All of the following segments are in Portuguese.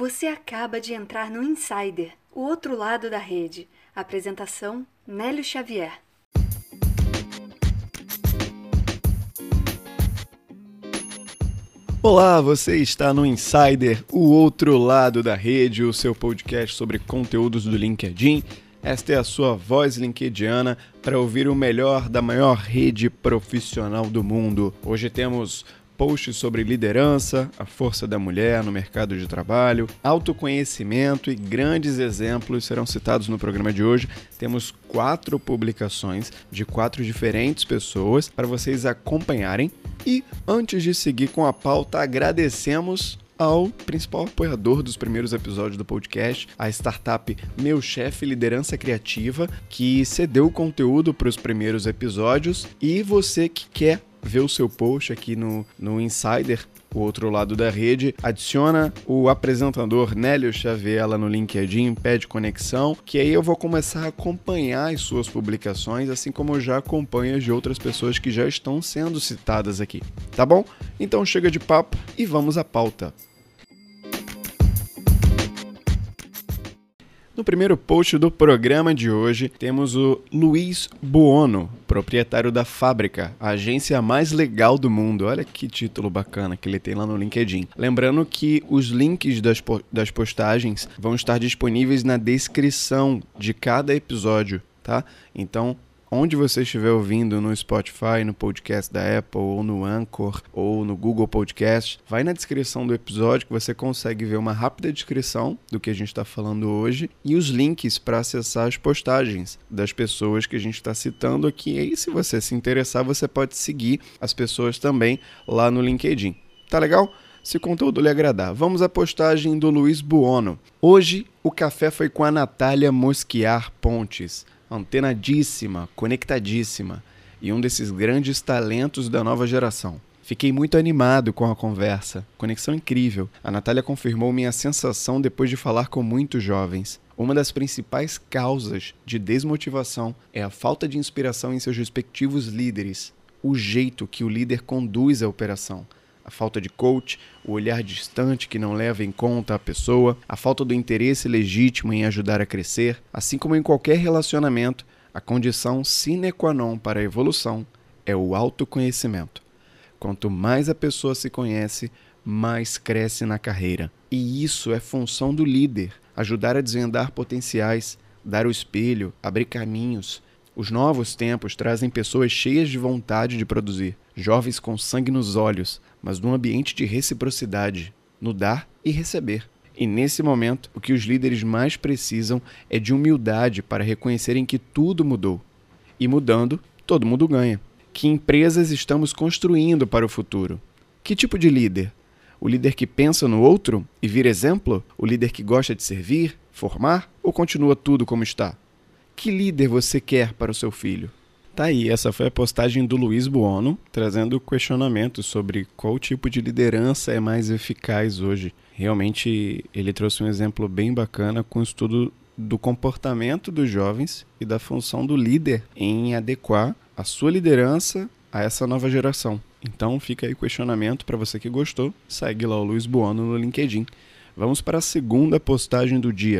Você acaba de entrar no Insider, o outro lado da rede. Apresentação, Nélio Xavier. Olá, você está no Insider, o outro lado da rede, o seu podcast sobre conteúdos do LinkedIn. Esta é a sua voz linkediana para ouvir o melhor da maior rede profissional do mundo. Hoje temos posts sobre liderança, a força da mulher no mercado de trabalho, autoconhecimento e grandes exemplos serão citados no programa de hoje. Temos 4 publicações de 4 diferentes pessoas para vocês acompanharem. E antes de seguir com a pauta, agradecemos ao principal apoiador dos primeiros episódios do podcast, a startup Meu Chefe Liderança Criativa, que cedeu o conteúdo para os primeiros episódios. E você que quer ver o seu post aqui no Insider, o outro lado da rede, adiciona o apresentador Nélio Xavier lá no LinkedIn, pede conexão, que aí eu vou começar a acompanhar as suas publicações, assim como eu já acompanho as de outras pessoas que já estão sendo citadas aqui, tá bom? Então chega de papo e vamos à pauta. No primeiro post do programa de hoje, temos o Luiz Buono, proprietário da Fábrica, a agência mais legal do mundo. Olha que título bacana que ele tem lá no LinkedIn. Lembrando que os links das postagens vão estar disponíveis na descrição de cada episódio, tá? Então, onde você estiver ouvindo, no Spotify, no podcast da Apple, ou no Anchor, ou no Google Podcast, vai na descrição do episódio que você consegue ver uma rápida descrição do que a gente está falando hoje e os links para acessar as postagens das pessoas que a gente está citando aqui. E aí, se você se interessar, você pode seguir as pessoas também lá no LinkedIn. Tá legal? Se o conteúdo lhe agradar. Vamos à postagem do Luiz Buono. Hoje, o café foi com a Natália Mosquiar Pontes, antenadíssima, conectadíssima e um desses grandes talentos da nova geração. Fiquei muito animado com a conversa, conexão incrível. A Natália confirmou minha sensação depois de falar com muitos jovens. Uma das principais causas de desmotivação é a falta de inspiração em seus respectivos líderes, o jeito que o líder conduz a operação. A falta de coach, o olhar distante que não leva em conta a pessoa, a falta do interesse legítimo em ajudar a crescer, assim como em qualquer relacionamento, a condição sine qua non para a evolução é o autoconhecimento. Quanto mais a pessoa se conhece, mais cresce na carreira. E isso é função do líder, ajudar a desvendar potenciais, dar o espelho, abrir caminhos. Os novos tempos trazem pessoas cheias de vontade de produzir, jovens com sangue nos olhos, mas num ambiente de reciprocidade, no dar e receber. E nesse momento, o que os líderes mais precisam é de humildade para reconhecerem que tudo mudou. E mudando, todo mundo ganha. Que empresas estamos construindo para o futuro? Que tipo de líder? O líder que pensa no outro e vira exemplo? O líder que gosta de servir, formar ou continua tudo como está? Que líder você quer para o seu filho? Tá aí, essa foi a postagem do Luiz Buono, trazendo questionamentos sobre qual tipo de liderança é mais eficaz hoje. Realmente, ele trouxe um exemplo bem bacana com o estudo do comportamento dos jovens e da função do líder em adequar a sua liderança a essa nova geração. Então, fica aí o questionamento para você que gostou. Segue lá o Luiz Buono no LinkedIn. Vamos para a segunda postagem do dia.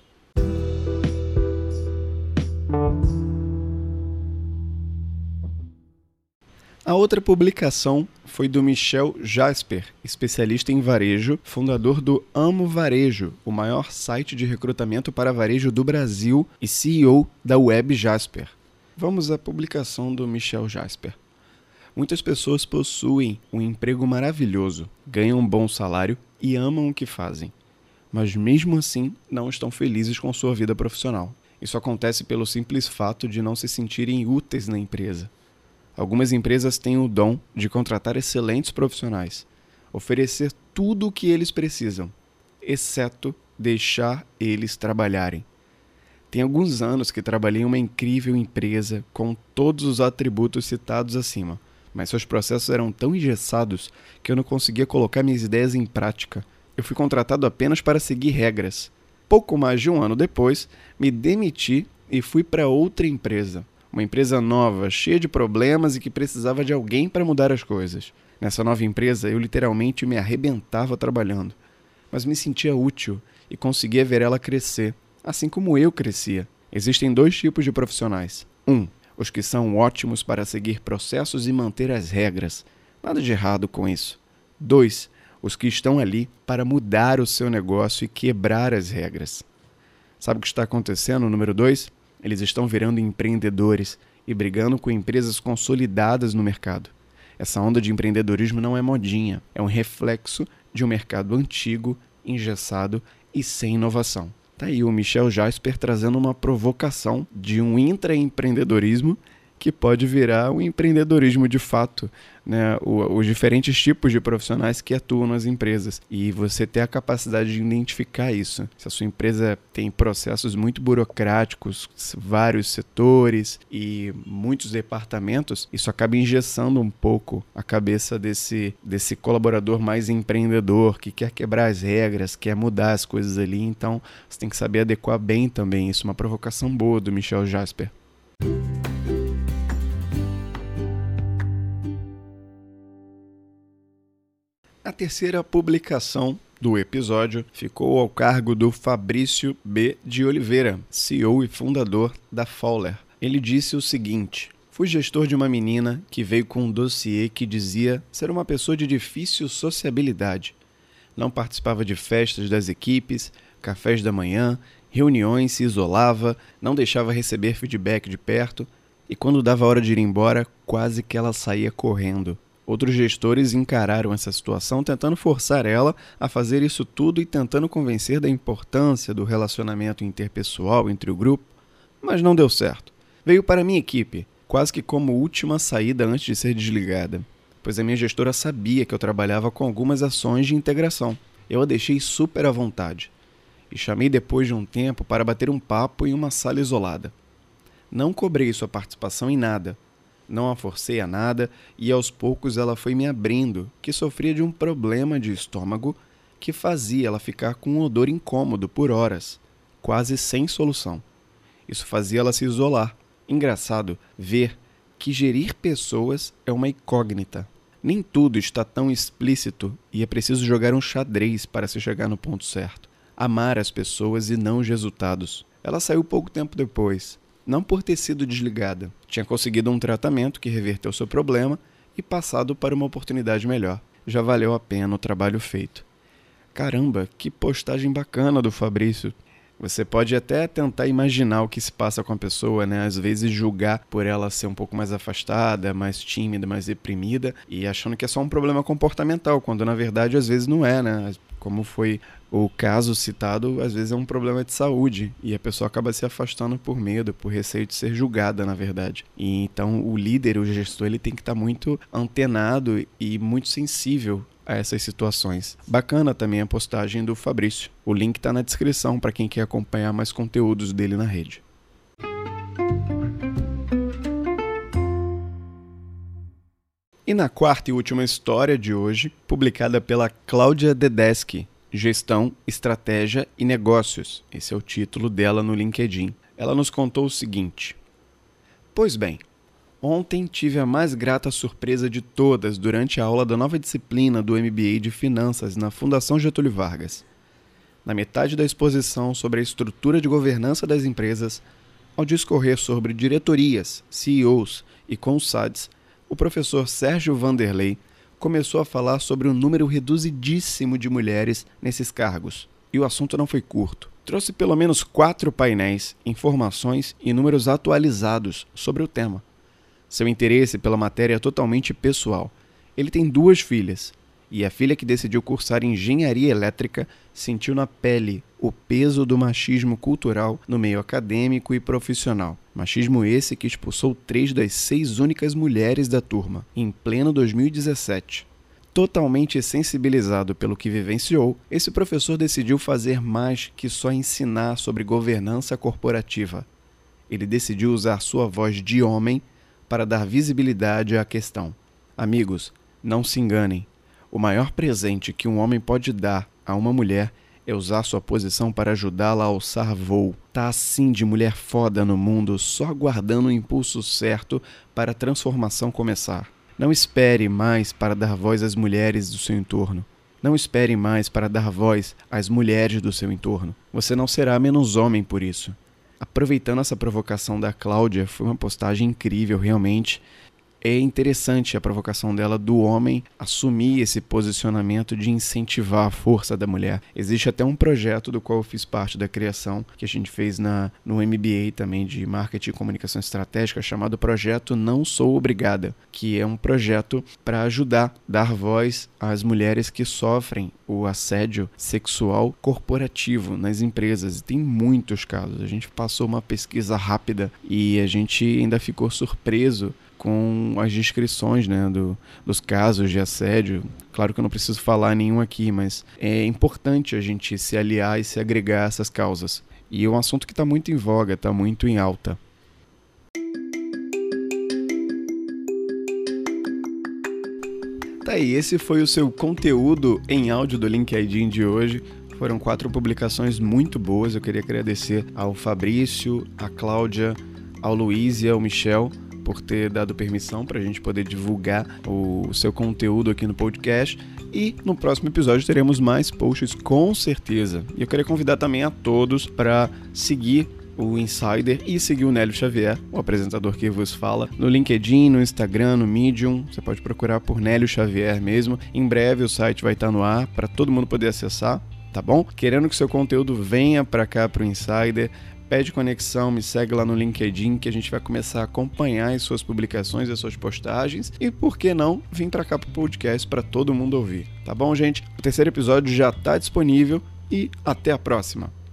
A outra publicação foi do Michel Jasper, especialista em varejo, fundador do Amo Varejo, o maior site de recrutamento para varejo do Brasil e CEO da Web Jasper. Vamos à publicação do Michel Jasper. Muitas pessoas possuem um emprego maravilhoso, ganham um bom salário e amam o que fazem, mas mesmo assim não estão felizes com sua vida profissional. Isso acontece pelo simples fato de não se sentirem úteis na empresa. Algumas empresas têm o dom de contratar excelentes profissionais, oferecer tudo o que eles precisam, exceto deixar eles trabalharem. Tem alguns anos que trabalhei em uma incrível empresa com todos os atributos citados acima, mas seus processos eram tão engessados que eu não conseguia colocar minhas ideias em prática. Eu fui contratado apenas para seguir regras. Pouco mais de um ano depois, me demiti e fui para outra empresa. Uma empresa nova, cheia de problemas e que precisava de alguém para mudar as coisas. Nessa nova empresa, eu literalmente me arrebentava trabalhando. mas me sentia útil e conseguia ver ela crescer, assim como eu crescia. Existem 2 tipos de profissionais. 1. Os que são ótimos para seguir processos e manter as regras. Nada de errado com isso. 2. Os que estão ali para mudar o seu negócio e quebrar as regras. Sabe o que está acontecendo, número 2? Eles estão virando empreendedores e brigando com empresas consolidadas no mercado. Essa onda de empreendedorismo não é modinha, é um reflexo de um mercado antigo, engessado e sem inovação. Tá aí o Michel Jasper trazendo uma provocação de um intraempreendedorismo que pode virar um empreendedorismo de fato, né? Os diferentes tipos de profissionais que atuam nas empresas. E você ter a capacidade de identificar isso. Se a sua empresa tem processos muito burocráticos, vários setores e muitos departamentos, isso acaba engessando um pouco a cabeça desse colaborador mais empreendedor, que quer quebrar as regras, quer mudar as coisas ali. Então, você tem que saber adequar bem também isso. Uma provocação boa do Michel Jasper. A terceira publicação do episódio ficou ao cargo do Fabrício B. de Oliveira, CEO e fundador da Fowler. Ele disse o seguinte: fui gestor de uma menina que veio com um dossiê que dizia ser uma pessoa de difícil sociabilidade. Não participava de festas das equipes, cafés da manhã, reuniões, se isolava, não deixava receber feedback de perto e quando dava a hora de ir embora, quase que ela saía correndo. Outros gestores encararam essa situação tentando forçar ela a fazer isso tudo e tentando convencer da importância do relacionamento interpessoal entre o grupo, mas não deu certo. Veio para a minha equipe, quase que como última saída antes de ser desligada, pois a minha gestora sabia que eu trabalhava com algumas ações de integração. Eu a deixei super à vontade e chamei depois de um tempo para bater um papo em uma sala isolada. Não cobrei sua participação em nada. Não a forcei a nada e aos poucos ela foi me abrindo que sofria de um problema de estômago que fazia ela ficar com um odor incômodo por horas, quase sem solução. Isso fazia ela se isolar. Engraçado ver que gerir pessoas é uma incógnita. Nem tudo está tão explícito e é preciso jogar um xadrez para se chegar no ponto certo. Amar as pessoas e não os resultados. Ela saiu pouco tempo depois. Não por ter sido desligada. Tinha conseguido um tratamento que reverteu seu problema e passado para uma oportunidade melhor. Já valeu a pena o trabalho feito. Caramba, que postagem bacana do Fabrício. Você pode até tentar imaginar o que se passa com a pessoa, né? Às vezes julgar por ela ser um pouco mais afastada, mais tímida, mais reprimida e achando que é só um problema comportamental, quando na verdade às vezes não é, né? Como foi o caso citado, às vezes é um problema de saúde e a pessoa acaba se afastando por medo, por receio de ser julgada, na verdade. E então o líder, o gestor, ele tem que estar muito antenado e muito sensível a essas situações. Bacana também a postagem do Fabrício. O link está na descrição para quem quer acompanhar mais conteúdos dele na rede. E na quarta e última história de hoje, publicada pela Cláudia Dedeschi, Gestão, Estratégia e Negócios. Esse é o título dela no LinkedIn. Ela nos contou o seguinte: pois bem, ontem tive a mais grata surpresa de todas durante a aula da nova disciplina do MBA de Finanças na Fundação Getúlio Vargas. Na metade da exposição sobre a estrutura de governança das empresas, ao discorrer sobre diretorias, CEOs e CONSADs, o professor Sérgio Vanderlei começou a falar sobre um número reduzidíssimo de mulheres nesses cargos. E o assunto não foi curto. Trouxe pelo menos 4 painéis, informações e números atualizados sobre o tema. Seu interesse pela matéria é totalmente pessoal. Ele tem 2 filhas, e a filha que decidiu cursar engenharia elétrica sentiu na pele o peso do machismo cultural no meio acadêmico e profissional. Machismo esse que expulsou 3 das 6 únicas mulheres da turma, em pleno 2017. Totalmente sensibilizado pelo que vivenciou, esse professor decidiu fazer mais que só ensinar sobre governança corporativa. Ele decidiu usar sua voz de homem para dar visibilidade à questão. Amigos, não se enganem. O maior presente que um homem pode dar a uma mulher é usar sua posição para ajudá-la a alçar voo. Tá assim de mulher foda no mundo, só aguardando o impulso certo para a transformação começar. Não espere mais para dar voz às mulheres do seu entorno. Não espere mais para dar voz às mulheres do seu entorno. Você não será menos homem por isso. Aproveitando essa provocação da Cláudia, foi uma postagem incrível, realmente. É interessante a provocação dela do homem assumir esse posicionamento de incentivar a força da mulher. Existe até um projeto do qual eu fiz parte da criação, que a gente fez no MBA também de Marketing e Comunicação Estratégica, chamado Projeto Não Sou Obrigada, que é um projeto para ajudar, dar voz às mulheres que sofrem o assédio sexual corporativo nas empresas. E tem muitos casos. A gente passou uma pesquisa rápida e a gente ainda ficou surpreso com as descrições, né, dos casos de assédio. Claro que eu não preciso falar nenhum aqui, mas é importante a gente se aliar e se agregar a essas causas. E é um assunto que está muito em voga, está muito em alta. Tá aí, esse foi o seu conteúdo em áudio do LinkedIn de hoje. Foram 4 publicações muito boas. Eu queria agradecer ao Fabrício, à Cláudia, ao Luiz e ao Michel por ter dado permissão para a gente poder divulgar o seu conteúdo aqui no podcast. E no próximo episódio teremos mais posts, com certeza. E eu queria convidar também a todos para seguir o Insider e seguir o Nélio Xavier, o apresentador que vos fala, no LinkedIn, no Instagram, no Medium. Você pode procurar por Nélio Xavier mesmo. Em breve o site vai estar no ar para todo mundo poder acessar, tá bom? Querendo que seu conteúdo venha para cá, para o Insider, pede conexão, me segue lá no LinkedIn que a gente vai começar a acompanhar as suas publicações, as suas postagens e, por que não, vir para cá pro podcast para todo mundo ouvir. Tá bom, gente? O terceiro episódio já está disponível e até a próxima!